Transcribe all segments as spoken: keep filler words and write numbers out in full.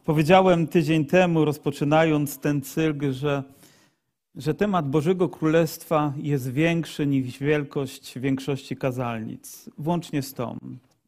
Powiedziałem tydzień temu, rozpoczynając ten cykl, że, że temat Bożego Królestwa jest większy niż wielkość większości kazalnic, włącznie z tą.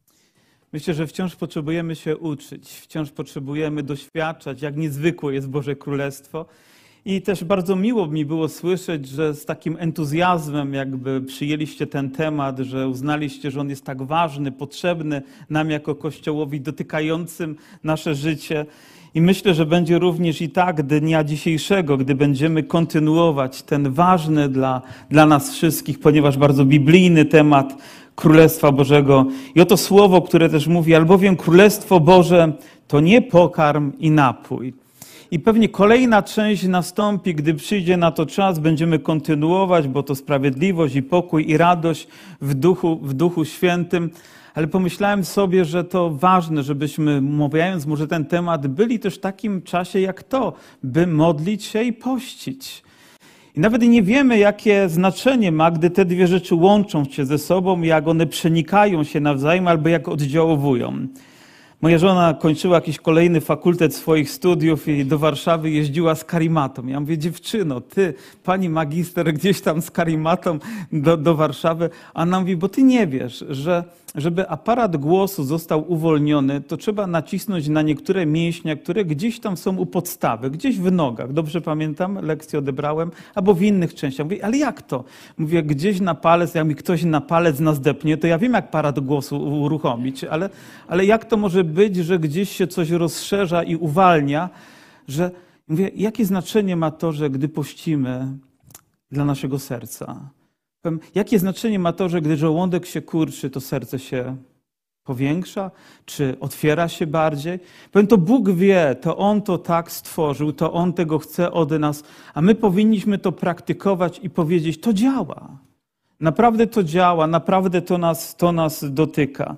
Myślę, że wciąż potrzebujemy się uczyć, wciąż potrzebujemy doświadczać, jak niezwykłe jest Boże Królestwo. I też bardzo miło mi było słyszeć, że z takim entuzjazmem jakby przyjęliście ten temat, że uznaliście, że on jest tak ważny, potrzebny nam jako Kościołowi, dotykającym nasze życie. I myślę, że będzie również i tak dnia dzisiejszego, gdy będziemy kontynuować ten ważny dla, dla nas wszystkich, ponieważ bardzo biblijny temat Królestwa Bożego. I oto słowo, które też mówi, albowiem Królestwo Boże to nie pokarm i napój. I pewnie kolejna część nastąpi, gdy przyjdzie na to czas, będziemy kontynuować, bo to sprawiedliwość i pokój i radość w Duchu, w Duchu Świętym. Ale pomyślałem sobie, że to ważne, żebyśmy, omawiając może ten temat, byli też w takim czasie jak to, by modlić się i pościć. I nawet nie wiemy, jakie znaczenie ma, gdy te dwie rzeczy łączą się ze sobą, jak one przenikają się nawzajem albo jak oddziałowują. Moja żona kończyła jakiś kolejny fakultet swoich studiów i do Warszawy jeździła z karimatą. Ja mówię, dziewczyno, ty, pani magister, gdzieś tam z karimatą do, do Warszawy. A ona mówi, bo ty nie wiesz, że żeby aparat głosu został uwolniony, to trzeba nacisnąć na niektóre mięśnie, które gdzieś tam są u podstawy, gdzieś w nogach. Dobrze pamiętam? Lekcję odebrałem. Albo w innych częściach. Mówię, ale jak to? Mówię, gdzieś na palec, jak mi ktoś na palec nas depnie, to ja wiem, jak aparat głosu uruchomić, ale, ale jak to może być, że gdzieś się coś rozszerza i uwalnia, że mówię, jakie znaczenie ma to, że gdy pościmy dla naszego serca? Jakie znaczenie ma to, że gdy żołądek się kurczy, to serce się powiększa, czy otwiera się bardziej? Powiem, to Bóg wie, to On to tak stworzył, to On tego chce od nas, a my powinniśmy to praktykować i powiedzieć, to działa. Naprawdę to działa, naprawdę to nas, to nas dotyka.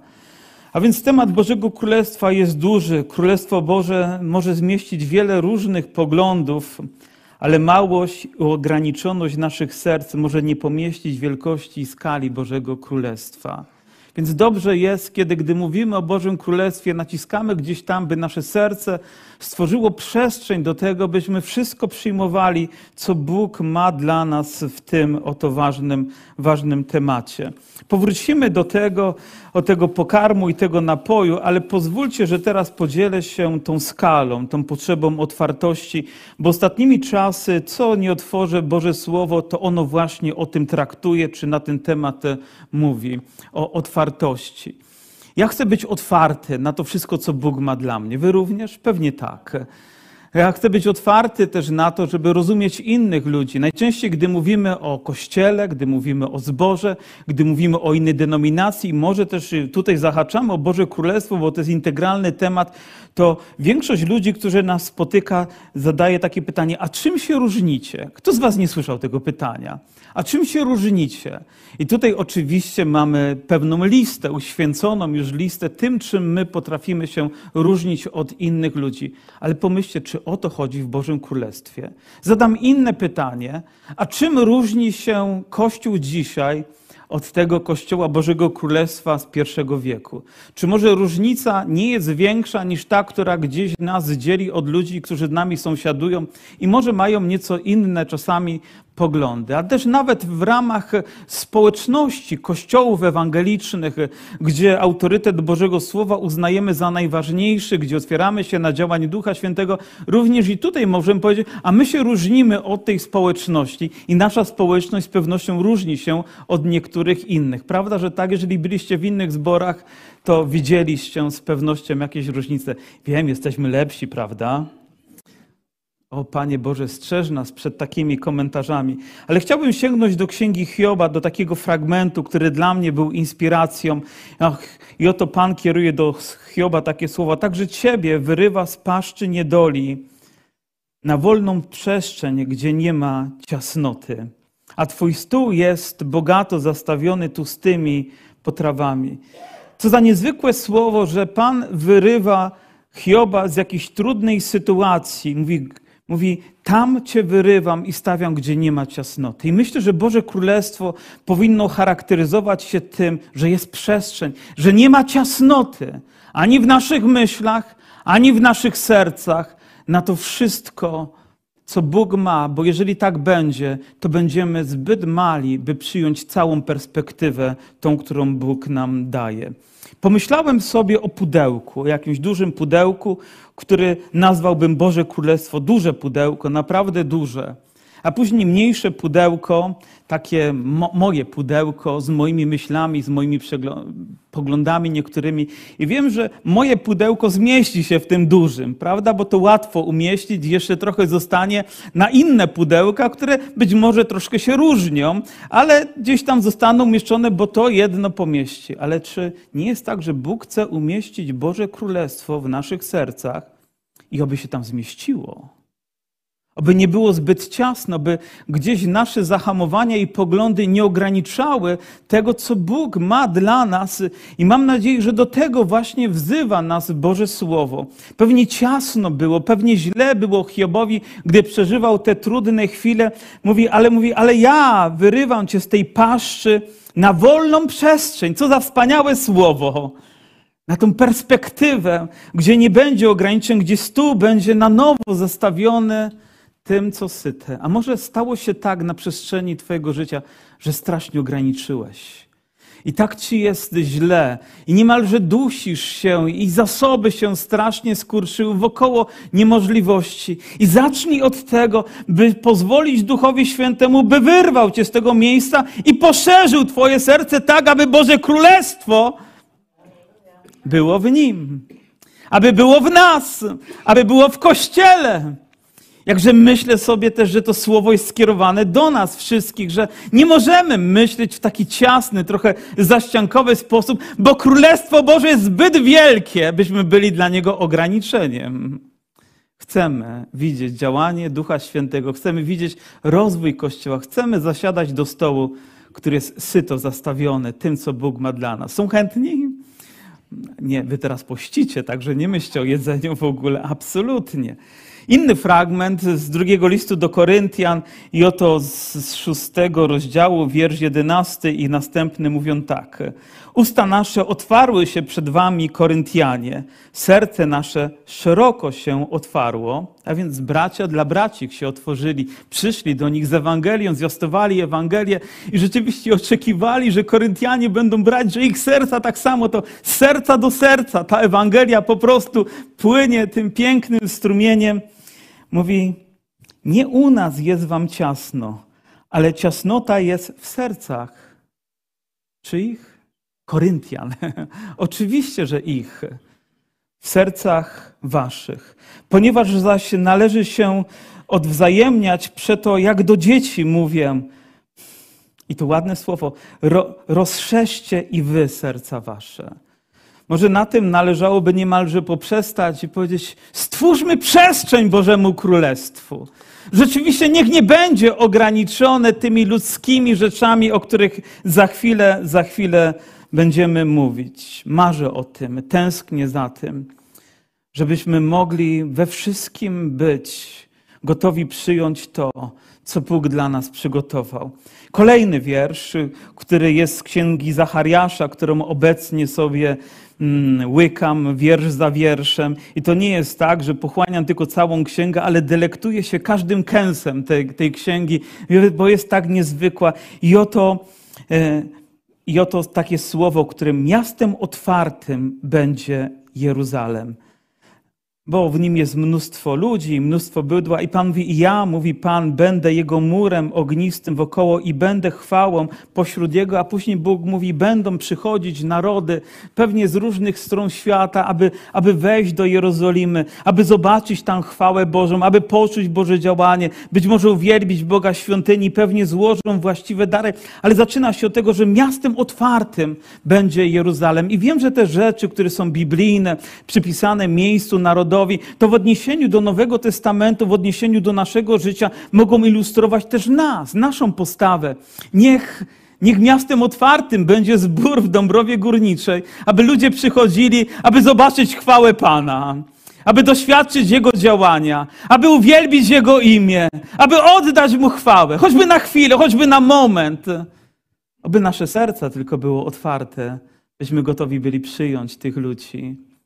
A więc temat Bożego Królestwa jest duży. Królestwo Boże może zmieścić wiele różnych poglądów, ale małość i ograniczoność naszych serc może nie pomieścić wielkości i skali Bożego Królestwa. Więc dobrze jest, kiedy gdy mówimy o Bożym Królestwie, naciskamy gdzieś tam, by nasze serce stworzyło przestrzeń do tego, byśmy wszystko przyjmowali, co Bóg ma dla nas w tym oto ważnym, ważnym temacie. Powrócimy do tego, o tego pokarmu i tego napoju, ale pozwólcie, że teraz podzielę się tą skalą, tą potrzebą otwartości, bo ostatnimi czasy, co nie otworzę Boże Słowo, to ono właśnie o tym traktuje, czy na ten temat mówi, o otwartości. Ja chcę być otwarty na to wszystko, co Bóg ma dla mnie. Wy również? Pewnie tak. Ja chcę być otwarty też na to, żeby rozumieć innych ludzi. Najczęściej, gdy mówimy o Kościele, gdy mówimy o zborze, gdy mówimy o innej denominacji, może też tutaj zahaczamy o Boże Królestwo, bo to jest integralny temat, to większość ludzi, którzy nas spotyka, zadaje takie pytanie, a czym się różnicie? Kto z was nie słyszał tego pytania? A czym się różnicie? I tutaj oczywiście mamy pewną listę, uświęconą już listę tym, czym my potrafimy się różnić od innych ludzi. Ale pomyślcie, czy o to chodzi w Bożym Królestwie? Zadam inne pytanie. A czym różni się Kościół dzisiaj od tego Kościoła Bożego Królestwa z pierwszego wieku? Czy może różnica nie jest większa niż ta, która gdzieś nas dzieli od ludzi, którzy z nami sąsiadują i może mają nieco inne czasami poglądy, a też nawet w ramach społeczności, kościołów ewangelicznych, gdzie autorytet Bożego Słowa uznajemy za najważniejszy, gdzie otwieramy się na działanie Ducha Świętego, również i tutaj możemy powiedzieć, a my się różnimy od tej społeczności i nasza społeczność z pewnością różni się od niektórych innych. Prawda, że tak, jeżeli byliście w innych zborach, to widzieliście z pewnością jakieś różnice. Wiem, jesteśmy lepsi, prawda? O Panie Boże, strzeż nas przed takimi komentarzami. Ale chciałbym sięgnąć do Księgi Hioba, do takiego fragmentu, który dla mnie był inspiracją. Ach, i oto Pan kieruje do Hioba takie słowa. Także Ciebie wyrywa z paszczy niedoli na wolną przestrzeń, gdzie nie ma ciasnoty. A Twój stół jest bogato zastawiony tłustymi potrawami. Co za niezwykłe słowo, że Pan wyrywa Hioba z jakiejś trudnej sytuacji. Mówi, Mówi, tam Cię wyrywam i stawiam, gdzie nie ma ciasnoty. I myślę, że Boże Królestwo powinno charakteryzować się tym, że jest przestrzeń, że nie ma ciasnoty ani w naszych myślach, ani w naszych sercach na to wszystko, co Bóg ma, bo jeżeli tak będzie, to będziemy zbyt mali, by przyjąć całą perspektywę, tą, którą Bóg nam daje. Pomyślałem sobie o pudełku, o jakimś dużym pudełku, który nazwałbym Boże Królestwo. Duże pudełko, naprawdę duże. A później mniejsze pudełko, takie mo moje pudełko z moimi myślami, z moimi poglądami niektórymi. I wiem, że moje pudełko zmieści się w tym dużym, prawda? Bo to łatwo umieścić, jeszcze trochę zostanie na inne pudełka, które być może troszkę się różnią, ale gdzieś tam zostaną umieszczone, bo to jedno pomieści. Ale czy nie jest tak, że Bóg chce umieścić Boże Królestwo w naszych sercach i oby się tam zmieściło? Aby nie było zbyt ciasno, by gdzieś nasze zahamowania i poglądy nie ograniczały tego, co Bóg ma dla nas. I mam nadzieję, że do tego właśnie wzywa nas Boże Słowo. Pewnie ciasno było, pewnie źle było Hiobowi, gdy przeżywał te trudne chwile. Mówi, ale mówi, ale ja wyrywam cię z tej paszczy na wolną przestrzeń. Co za wspaniałe słowo. Na tą perspektywę, gdzie nie będzie ograniczeń, gdzie stół będzie na nowo zastawiony tym, co syte. A może stało się tak na przestrzeni twojego życia, że strasznie ograniczyłeś. I tak ci jest źle. I niemalże dusisz się i zasoby się strasznie skurczyły wokoło niemożliwości. I zacznij od tego, by pozwolić Duchowi Świętemu, by wyrwał cię z tego miejsca i poszerzył twoje serce tak, aby Boże Królestwo było w Nim. Aby było w nas. Aby było w Kościele. Jakże myślę sobie też, że to słowo jest skierowane do nas wszystkich, że nie możemy myśleć w taki ciasny, trochę zaściankowy sposób, bo Królestwo Boże jest zbyt wielkie, byśmy byli dla Niego ograniczeniem. Chcemy widzieć działanie Ducha Świętego, chcemy widzieć rozwój Kościoła, chcemy zasiadać do stołu, który jest syto zastawiony tym, co Bóg ma dla nas. Są chętni? Nie, wy teraz pościcie, także nie myślcie o jedzeniu w ogóle, absolutnie. Inny fragment z drugiego listu do Koryntian i oto z szóstego rozdziału, wiersz jedenasty i następny mówią tak. Usta nasze otwarły się przed wami, Koryntianie. Serce nasze szeroko się otwarło, a więc bracia dla bracich się otworzyli. Przyszli do nich z Ewangelią, zwiastowali Ewangelię i rzeczywiście oczekiwali, że Koryntianie będą brać, że ich serca tak samo, to z serca do serca. Ta Ewangelia po prostu płynie tym pięknym strumieniem. Mówi, nie u nas jest wam ciasno, ale ciasnota jest w sercach. Czyich? Koryntian. Oczywiście, że ich. W sercach waszych. Ponieważ zaś należy się odwzajemniać, przeto jak do dzieci mówię, i to ładne słowo, ro, rozszerzcie i wy serca wasze. Może na tym należałoby niemalże poprzestać i powiedzieć, stwórzmy przestrzeń Bożemu Królestwu. Rzeczywiście niech nie będzie ograniczone tymi ludzkimi rzeczami, o których za chwilę, za chwilę będziemy mówić. Marzę o tym, tęsknię za tym, żebyśmy mogli we wszystkim być gotowi przyjąć to, co Bóg dla nas przygotował. Kolejny wiersz, który jest z Księgi Zachariasza, którą obecnie sobie mm, łykam wiersz za wierszem. I to nie jest tak, że pochłaniam tylko całą księgę, ale delektuję się każdym kęsem tej, tej księgi, bo jest tak niezwykła. I oto, e, i oto takie słowo, którym miastem otwartym będzie Jeruzalem. Bo w nim jest mnóstwo ludzi, mnóstwo bydła. I Pan mówi, i ja, mówi Pan, będę Jego murem ognistym wokoło i będę chwałą pośród Jego. A później Bóg mówi, będą przychodzić narody, pewnie z różnych stron świata, aby, aby wejść do Jerozolimy, aby zobaczyć tam chwałę Bożą, aby poczuć Boże działanie, być może uwielbić Boga świątyni, pewnie złożą właściwe dary. Ale zaczyna się od tego, że miastem otwartym będzie Jeruzalem. I wiem, że te rzeczy, które są biblijne, przypisane miejscu narodowi, to w odniesieniu do Nowego Testamentu, w odniesieniu do naszego życia mogą ilustrować też nas, naszą postawę. Niech, niech miastem otwartym będzie zbór w Dąbrowie Górniczej, aby ludzie przychodzili, aby zobaczyć chwałę Pana, aby doświadczyć Jego działania, aby uwielbić Jego imię, aby oddać Mu chwałę, choćby na chwilę, choćby na moment. Aby nasze serca tylko było otwarte, byśmy gotowi byli przyjąć tych ludzi.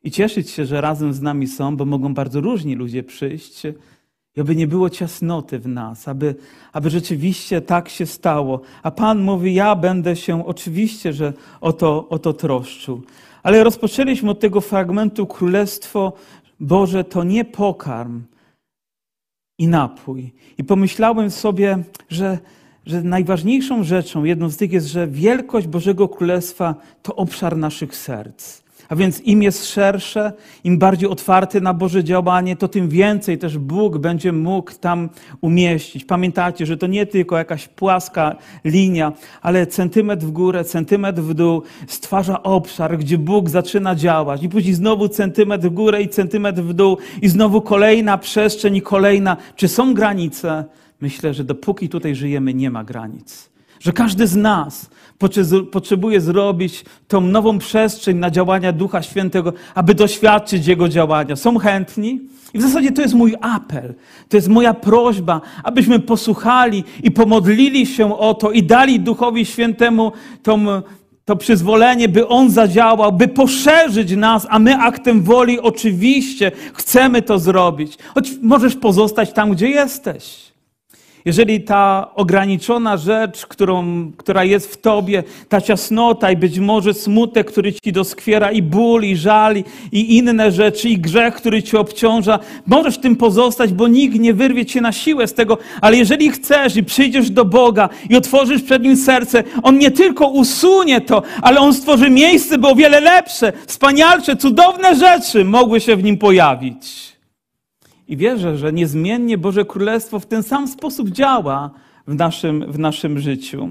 i cieszyć się, że razem z nami są, bo mogą bardzo różni ludzie przyjść, i aby nie było ciasnoty w nas, aby, aby rzeczywiście tak się stało. A Pan mówi, ja będę się oczywiście, że o to, o to troszczył. Ale rozpoczęliśmy od tego fragmentu Królestwo Boże to nie pokarm i napój. I pomyślałem sobie, że, że najważniejszą rzeczą, jedną z tych jest, że wielkość Bożego Królestwa to obszar naszych serc. A więc im jest szersze, im bardziej otwarty na Boże działanie, to tym więcej też Bóg będzie mógł tam umieścić. Pamiętajcie, że to nie tylko jakaś płaska linia, ale centymetr w górę, centymetr w dół stwarza obszar, gdzie Bóg zaczyna działać. I później znowu centymetr w górę i centymetr w dół i znowu kolejna przestrzeń i kolejna. Czy są granice? Myślę, że dopóki tutaj żyjemy, nie ma granic. Że każdy z nas potrzebuje zrobić tą nową przestrzeń na działania Ducha Świętego, aby doświadczyć Jego działania. Są chętni? I w zasadzie to jest mój apel, to jest moja prośba, abyśmy posłuchali i pomodlili się o to i dali Duchowi Świętemu tą, to przyzwolenie, by On zadziałał, by poszerzyć nas, a my aktem woli oczywiście chcemy to zrobić. Choć możesz pozostać tam, gdzie jesteś. Jeżeli ta ograniczona rzecz, którą, która jest w tobie, ta ciasnota i być może smutek, który ci doskwiera i ból, i żal, i inne rzeczy, i grzech, który cię obciąża, możesz w tym pozostać, bo nikt nie wyrwie cię na siłę z tego, ale jeżeli chcesz i przyjdziesz do Boga i otworzysz przed Nim serce, On nie tylko usunie to, ale On stworzy miejsce, by o wiele lepsze, wspanialsze, cudowne rzeczy mogły się w nim pojawić. I wierzę, że niezmiennie Boże Królestwo w ten sam sposób działa w naszym, w naszym życiu.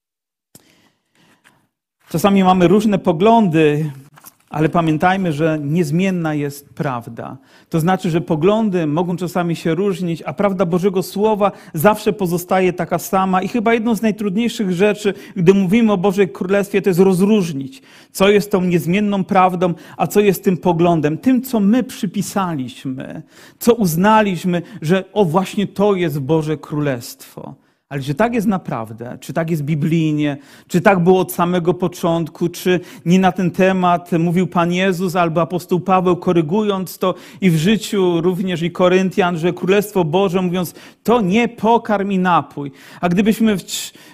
Czasami mamy różne poglądy, ale pamiętajmy, że niezmienna jest prawda. To znaczy, że poglądy mogą czasami się różnić, a prawda Bożego Słowa zawsze pozostaje taka sama. I chyba jedną z najtrudniejszych rzeczy, gdy mówimy o Bożej Królestwie, to jest rozróżnić, co jest tą niezmienną prawdą, a co jest tym poglądem. Tym, co my przypisaliśmy, co uznaliśmy, że o właśnie to jest Boże Królestwo. Ale czy tak jest naprawdę? Czy tak jest biblijnie? Czy tak było od samego początku? Czy nie na ten temat mówił Pan Jezus albo apostoł Paweł, korygując to i w życiu również i Koryntian, że Królestwo Boże, mówiąc, to nie pokarm i napój. A gdybyśmy, w,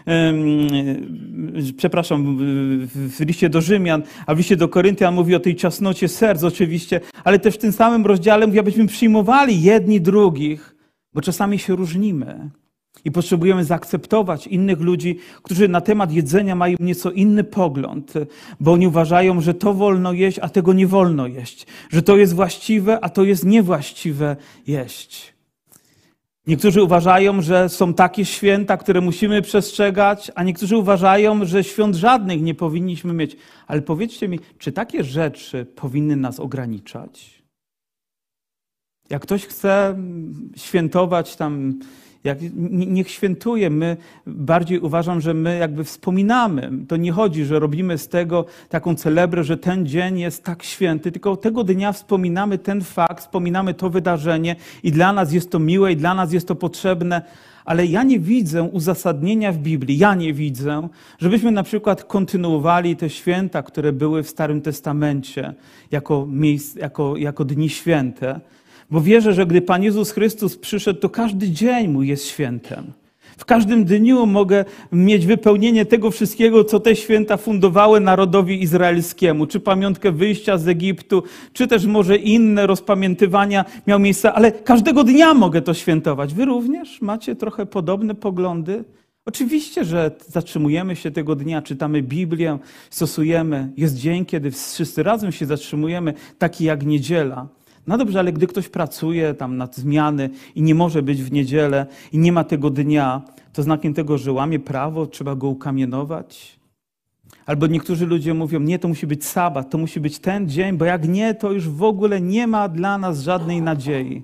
yy, przepraszam, w liście do Rzymian, a w liście do Koryntian mówi o tej ciasnocie serc oczywiście, ale też w tym samym rozdziale mówi, abyśmy przyjmowali jedni drugich, bo czasami się różnimy. I potrzebujemy zaakceptować innych ludzi, którzy na temat jedzenia mają nieco inny pogląd, bo oni uważają, że to wolno jeść, a tego nie wolno jeść. Że to jest właściwe, a to jest niewłaściwe jeść. Niektórzy uważają, że są takie święta, które musimy przestrzegać, a niektórzy uważają, że świąt żadnych nie powinniśmy mieć. Ale powiedzcie mi, czy takie rzeczy powinny nas ograniczać? Jak ktoś chce świętować tam... Jak, niech świętuje. My bardziej uważam, że my jakby wspominamy. To nie chodzi, że robimy z tego taką celebrę, że ten dzień jest tak święty, tylko tego dnia wspominamy ten fakt, wspominamy to wydarzenie i dla nas jest to miłe i dla nas jest to potrzebne. Ale ja nie widzę uzasadnienia w Biblii, ja nie widzę, żebyśmy na przykład kontynuowali te święta, które były w Starym Testamencie jako, miejsc, jako, jako dni święte. Bo wierzę, że gdy Pan Jezus Chrystus przyszedł, to każdy dzień mój jest świętem. W każdym dniu mogę mieć wypełnienie tego wszystkiego, co te święta fundowały narodowi izraelskiemu. Czy pamiątkę wyjścia z Egiptu, czy też może inne rozpamiętywania miały miejsce, ale każdego dnia mogę to świętować. Wy również macie trochę podobne poglądy? Oczywiście, że zatrzymujemy się tego dnia, czytamy Biblię, stosujemy. Jest dzień, kiedy wszyscy razem się zatrzymujemy, taki jak niedziela. No dobrze, ale gdy ktoś pracuje tam nad zmiany i nie może być w niedzielę i nie ma tego dnia, to znakiem tego, że łamie prawo, trzeba go ukamienować. Albo niektórzy ludzie mówią, nie, to musi być sabat, to musi być ten dzień, bo jak nie, to już w ogóle nie ma dla nas żadnej nadziei.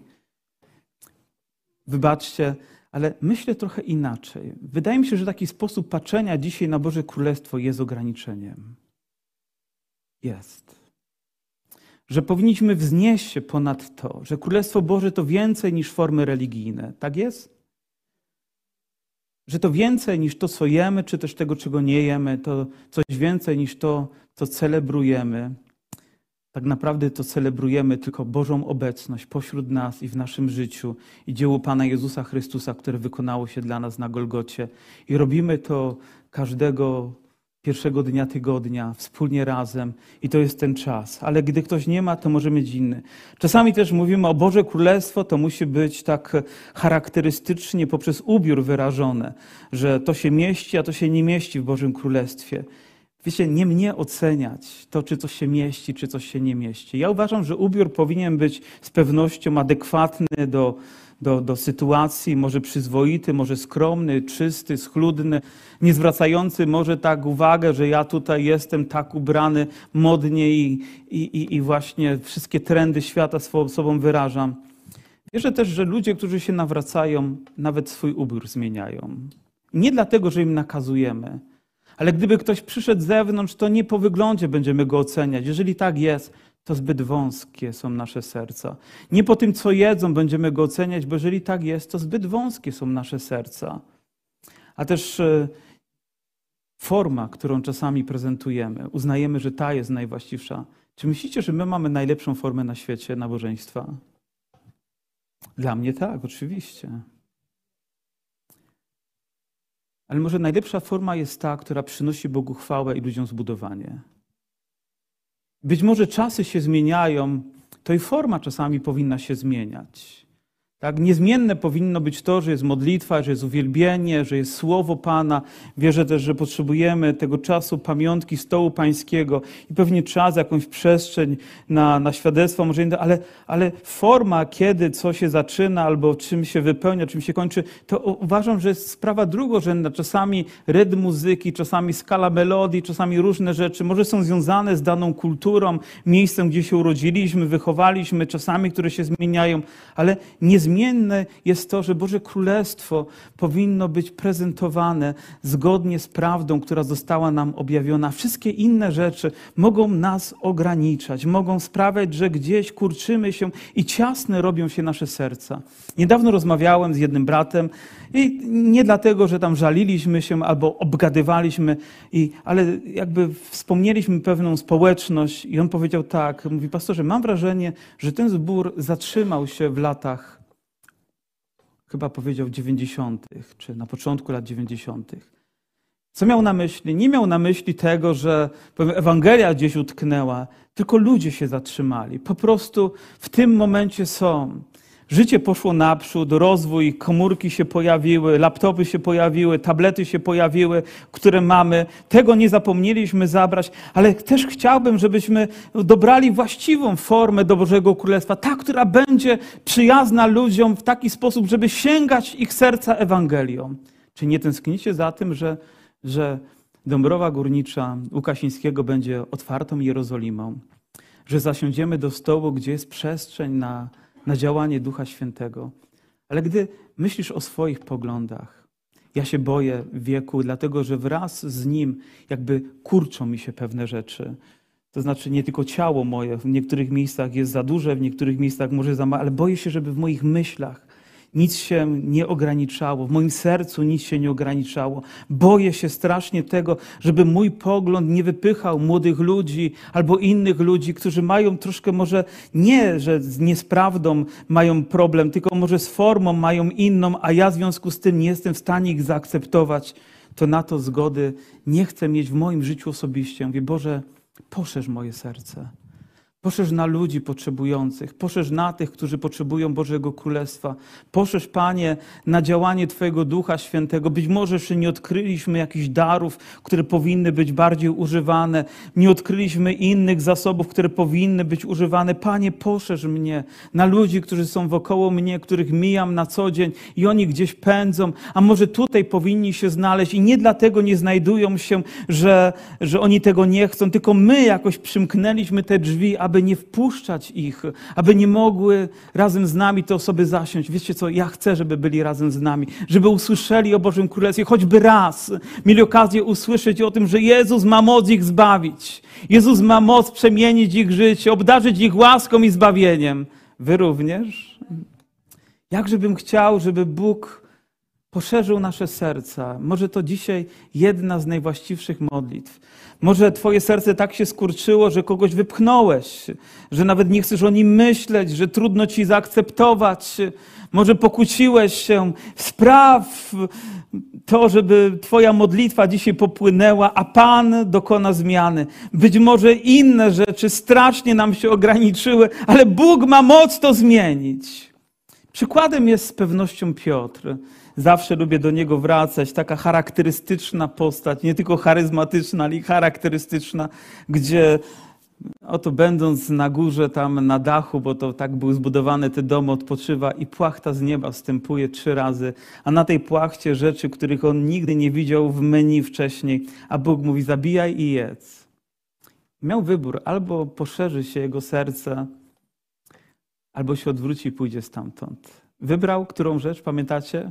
Wybaczcie, ale myślę trochę inaczej. Wydaje mi się, że taki sposób patrzenia dzisiaj na Boże Królestwo jest ograniczeniem. Jest. Że powinniśmy wznieść się ponad to, że Królestwo Boże to więcej niż formy religijne. Tak jest? Że to więcej niż to, co jemy, czy też tego, czego nie jemy, to coś więcej niż to, co celebrujemy. tak naprawdę to celebrujemy tylko Bożą obecność pośród nas i w naszym życiu i dzieło Pana Jezusa Chrystusa, które wykonało się dla nas na Golgocie. I robimy to każdego pierwszego dnia tygodnia, wspólnie razem i to jest ten czas. Ale gdy ktoś nie ma, to może mieć inny. Czasami też mówimy o Boże Królestwo, to musi być tak charakterystycznie poprzez ubiór wyrażone, że to się mieści, a to się nie mieści w Bożym Królestwie. Wiecie, nie mnie oceniać to, czy coś się mieści, czy coś się nie mieści. Ja uważam, że ubiór powinien być z pewnością adekwatny do, do, do sytuacji, może przyzwoity, może skromny, czysty, schludny, nie zwracający może tak uwagę, że ja tutaj jestem tak ubrany modnie i, i, i właśnie wszystkie trendy świata sobą wyrażam. Wierzę też, że ludzie, którzy się nawracają, nawet swój ubiór zmieniają. Nie dlatego, że im nakazujemy, ale gdyby ktoś przyszedł z zewnątrz, to nie po wyglądzie będziemy go oceniać. Jeżeli tak jest, to zbyt wąskie są nasze serca. Nie po tym, co jedzą, będziemy go oceniać, bo jeżeli tak jest, to zbyt wąskie są nasze serca. A też forma, którą czasami prezentujemy, uznajemy, że ta jest najwłaściwsza. Czy myślicie, że my mamy najlepszą formę na świecie nabożeństwa? Dla mnie tak, oczywiście. Ale może najlepsza forma jest ta, która przynosi Bogu chwałę i ludziom zbudowanie. Być może czasy się zmieniają, to i forma czasami powinna się zmieniać. Tak, niezmienne powinno być to, że jest modlitwa, że jest uwielbienie, że jest Słowo Pana. Wierzę też, że potrzebujemy tego czasu pamiątki stołu pańskiego i pewnie czas, jakąś przestrzeń na, na świadectwo, może inne, ale, ale forma, kiedy co się zaczyna albo czym się wypełnia, czym się kończy, to uważam, że jest sprawa drugorzędna. Czasami rytm muzyki, czasami skala melodii, czasami różne rzeczy może są związane z daną kulturą, miejscem, gdzie się urodziliśmy, wychowaliśmy, czasami, które się zmieniają, ale niezmienne Niezmienne jest to, że Boże Królestwo powinno być prezentowane zgodnie z prawdą, która została nam objawiona. Wszystkie inne rzeczy mogą nas ograniczać, mogą sprawiać, że gdzieś kurczymy się i ciasne robią się nasze serca. Niedawno rozmawiałem z jednym bratem i nie dlatego, że tam żaliliśmy się albo obgadywaliśmy, i, ale jakby wspomnieliśmy pewną społeczność i on powiedział tak, mówi: pastorze, mam wrażenie, że ten zbór zatrzymał się w latach, chyba powiedział dziewięćdziesiątych, czy na początku lat dziewięćdziesiątych. Co miał na myśli? Nie miał na myśli tego, że powiem, Ewangelia gdzieś utknęła, tylko ludzie się zatrzymali. Po prostu w tym momencie są. Życie poszło naprzód, rozwój, komórki się pojawiły, laptopy się pojawiły, tablety się pojawiły, które mamy. Tego nie zapomnieliśmy zabrać, ale też chciałbym, żebyśmy dobrali właściwą formę do Bożego Królestwa, ta, która będzie przyjazna ludziom w taki sposób, żeby sięgać ich serca Ewangelią. Czy nie tęsknicie za tym, że, że Dąbrowa Górnicza Łukasińskiego będzie otwartą Jerozolimą, że zasiądziemy do stołu, gdzie jest przestrzeń na na działanie Ducha Świętego. Ale gdy myślisz o swoich poglądach, ja się boję wieku, dlatego że wraz z nim jakby kurczą mi się pewne rzeczy. To znaczy nie tylko ciało moje, w niektórych miejscach jest za duże, w niektórych miejscach może za małe, ale boję się, żeby w moich myślach nic się nie ograniczało, w moim sercu nic się nie ograniczało. Boję się strasznie tego, żeby mój pogląd nie wypychał młodych ludzi albo innych ludzi, którzy mają troszkę może nie, że nie z prawdą mają problem, tylko może z formą mają inną, a ja w związku z tym nie jestem w stanie ich zaakceptować. To na to zgody nie chcę mieć w moim życiu osobiście. Mówię: Boże, poszerz moje serce. Poszerz na ludzi potrzebujących, poszerz na tych, którzy potrzebują Bożego Królestwa. Poszerz, Panie, na działanie Twojego Ducha Świętego. Być może jeszcze nie odkryliśmy jakichś darów, które powinny być bardziej używane. Nie odkryliśmy innych zasobów, które powinny być używane. Panie, poszerz mnie na ludzi, którzy są wokoło mnie, których mijam na co dzień i oni gdzieś pędzą, a może tutaj powinni się znaleźć i nie dlatego nie znajdują się, że, że oni tego nie chcą, tylko my jakoś przymknęliśmy te drzwi, aby aby nie wpuszczać ich, aby nie mogły razem z nami te osoby zasiąść. Wiecie co, ja chcę, żeby byli razem z nami, żeby usłyszeli o Bożym Królestwie, choćby raz mieli okazję usłyszeć o tym, że Jezus ma moc ich zbawić. Jezus ma moc przemienić ich życie, obdarzyć ich łaską i zbawieniem. Wy również? Jakże bym chciał, żeby Bóg poszerzył nasze serca. Może to dzisiaj jedna z najwłaściwszych modlitw. Może twoje serce tak się skurczyło, że kogoś wypchnąłeś, że nawet nie chcesz o nim myśleć, że trudno ci zaakceptować. Może pokłóciłeś się. Spraw to, żeby twoja modlitwa dzisiaj popłynęła, a Pan dokona zmiany. Być może inne rzeczy strasznie nam się ograniczyły, ale Bóg ma moc to zmienić. Przykładem jest z pewnością Piotr. Zawsze lubię do niego wracać. Taka charakterystyczna postać, nie tylko charyzmatyczna, ale i charakterystyczna, gdzie oto będąc na górze tam na dachu, bo to tak był zbudowany ten dom, odpoczywa i płachta z nieba wstępuje trzy razy, a na tej płachcie rzeczy, których on nigdy nie widział w menu wcześniej, a Bóg mówi zabijaj i jedz. Miał wybór, albo poszerzy się jego serce, albo się odwróci i pójdzie stamtąd. Wybrał którą rzecz, pamiętacie?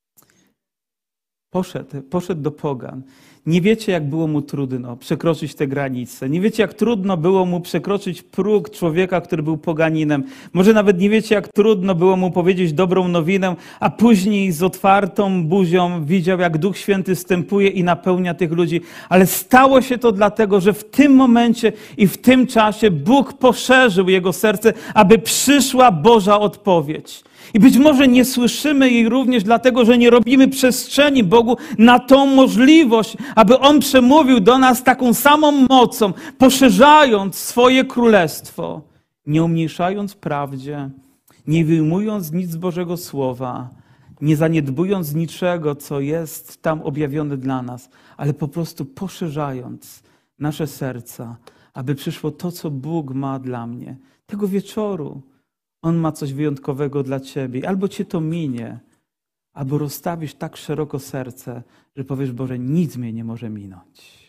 Poszedł, poszedł do pogan. Nie wiecie, jak było mu trudno przekroczyć te granice. Nie wiecie, jak trudno było mu przekroczyć próg człowieka, który był poganinem. Może nawet nie wiecie, jak trudno było mu powiedzieć dobrą nowinę, a później z otwartą buzią widział, jak Duch Święty wstępuje i napełnia tych ludzi. Ale stało się to dlatego, że w tym momencie i w tym czasie Bóg poszerzył jego serce, aby przyszła Boża odpowiedź. I być może nie słyszymy jej również dlatego, że nie robimy przestrzeni Bogu na tą możliwość, aby On przemówił do nas taką samą mocą, poszerzając swoje królestwo, nie umniejszając prawdzie, nie wyjmując nic z Bożego Słowa, nie zaniedbując niczego, co jest tam objawione dla nas, ale po prostu poszerzając nasze serca, aby przyszło to, co Bóg ma dla mnie. Tego wieczoru On ma coś wyjątkowego dla ciebie. Albo cię to minie, albo rozstawisz tak szeroko serce, że powiesz, Boże, nic mnie nie może minąć.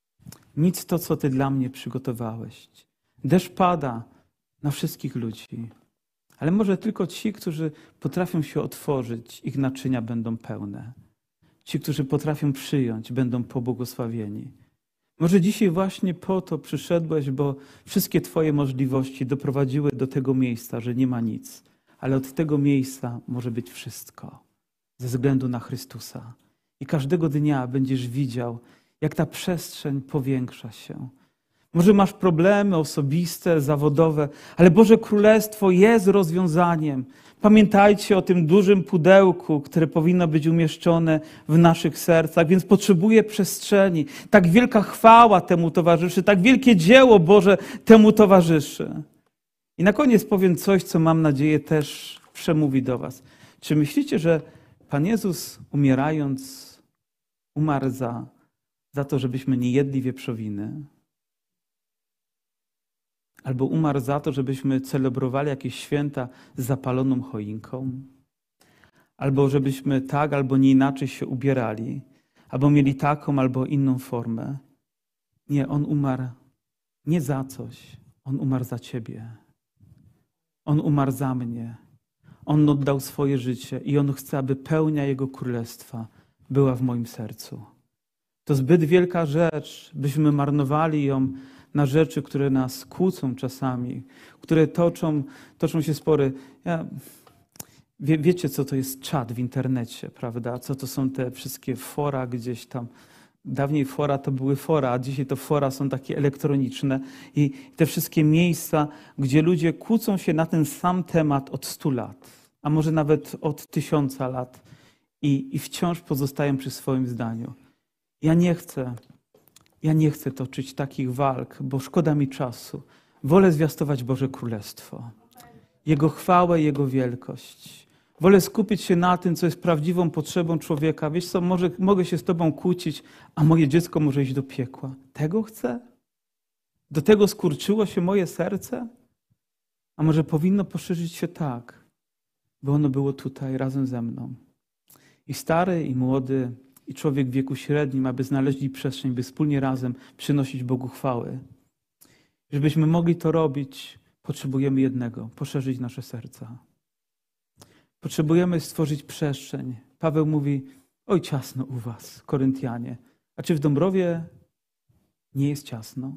Nic to, co Ty dla mnie przygotowałeś. Deszcz pada na wszystkich ludzi, ale może tylko ci, którzy potrafią się otworzyć, ich naczynia będą pełne. Ci, którzy potrafią przyjąć, będą pobłogosławieni. Może dzisiaj właśnie po to przyszedłeś, bo wszystkie Twoje możliwości doprowadziły do tego miejsca, że nie ma nic. Ale od tego miejsca może być wszystko. Ze względu na Chrystusa. I każdego dnia będziesz widział, jak ta przestrzeń powiększa się. Może masz problemy osobiste, zawodowe, ale Boże Królestwo jest rozwiązaniem. Pamiętajcie o tym dużym pudełku, które powinno być umieszczone w naszych sercach, więc potrzebuje przestrzeni. Tak wielka chwała temu towarzyszy, tak wielkie dzieło Boże temu towarzyszy. I na koniec powiem coś, co mam nadzieję też przemówi do was. Czy myślicie, że Pan Jezus umierając umarł za, za to, żebyśmy nie jedli wieprzowiny? Albo umarł za to, żebyśmy celebrowali jakieś święta z zapaloną choinką? Albo żebyśmy tak albo nie inaczej się ubierali? Albo mieli taką albo inną formę? Nie, On umarł nie za coś. On umarł za ciebie. On umarł za mnie. On oddał swoje życie i On chce, aby pełnia Jego Królestwa była w moim sercu. To zbyt wielka rzecz, byśmy marnowali ją na rzeczy, które nas kłócą czasami, które toczą, toczą się spory. Ja, wie, wiecie, co to jest czat w internecie, prawda? Co to są te wszystkie fora gdzieś tam. Dawniej fora to były fora, a dzisiaj to fora są takie elektroniczne. I te wszystkie miejsca, gdzie ludzie kłócą się na ten sam temat od stu lat, a może nawet od tysiąca lat i, i wciąż pozostają przy swoim zdaniu. Ja nie chcę, ja nie chcę toczyć takich walk, bo szkoda mi czasu. Wolę zwiastować Boże Królestwo, Jego chwałę, Jego wielkość. Wolę skupić się na tym, co jest prawdziwą potrzebą człowieka. Wiesz co, może, mogę się z Tobą kłócić, a moje dziecko może iść do piekła. Tego chcę? Do tego skurczyło się moje serce? A może powinno poszerzyć się tak, by ono było tutaj razem ze mną. I stary, i młody, i człowiek w wieku średnim, aby znaleźli przestrzeń, by wspólnie razem przynosić Bogu chwały. Żebyśmy mogli to robić, potrzebujemy jednego, poszerzyć nasze serca. Potrzebujemy stworzyć przestrzeń. Paweł mówi, oj ciasno u was, Koryntianie. A czy w Dąbrowie nie jest ciasno?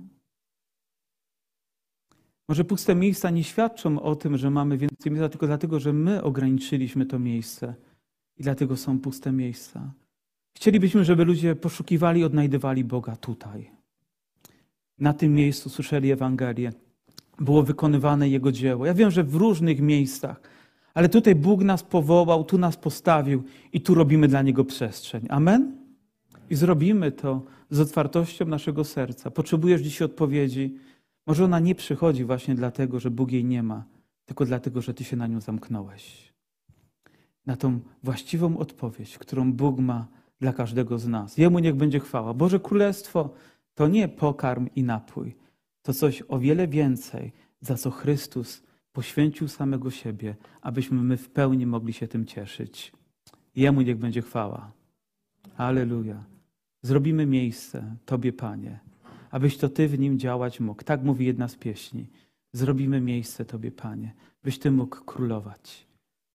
Może puste miejsca nie świadczą o tym, że mamy więcej miejsca, tylko dlatego, że my ograniczyliśmy to miejsce. I dlatego są puste miejsca. Chcielibyśmy, żeby ludzie poszukiwali i odnajdywali Boga tutaj. Na tym miejscu słyszeli Ewangelię. Było wykonywane Jego dzieło. Ja wiem, że w różnych miejscach, ale tutaj Bóg nas powołał, tu nas postawił i tu robimy dla Niego przestrzeń. Amen? I zrobimy to z otwartością naszego serca. Potrzebujesz dzisiaj odpowiedzi. Może ona nie przychodzi właśnie dlatego, że Bóg jej nie ma, tylko dlatego, że ty się na nią zamknąłeś. Na tą właściwą odpowiedź, którą Bóg ma dla każdego z nas. Jemu niech będzie chwała. Boże Królestwo to nie pokarm i napój. To coś o wiele więcej, za co Chrystus poświęcił samego siebie, abyśmy my w pełni mogli się tym cieszyć. Jemu niech będzie chwała. Alleluja. Zrobimy miejsce Tobie, Panie, abyś to Ty w nim działać mógł. Tak mówi jedna z pieśni. Zrobimy miejsce Tobie, Panie, byś Ty mógł królować.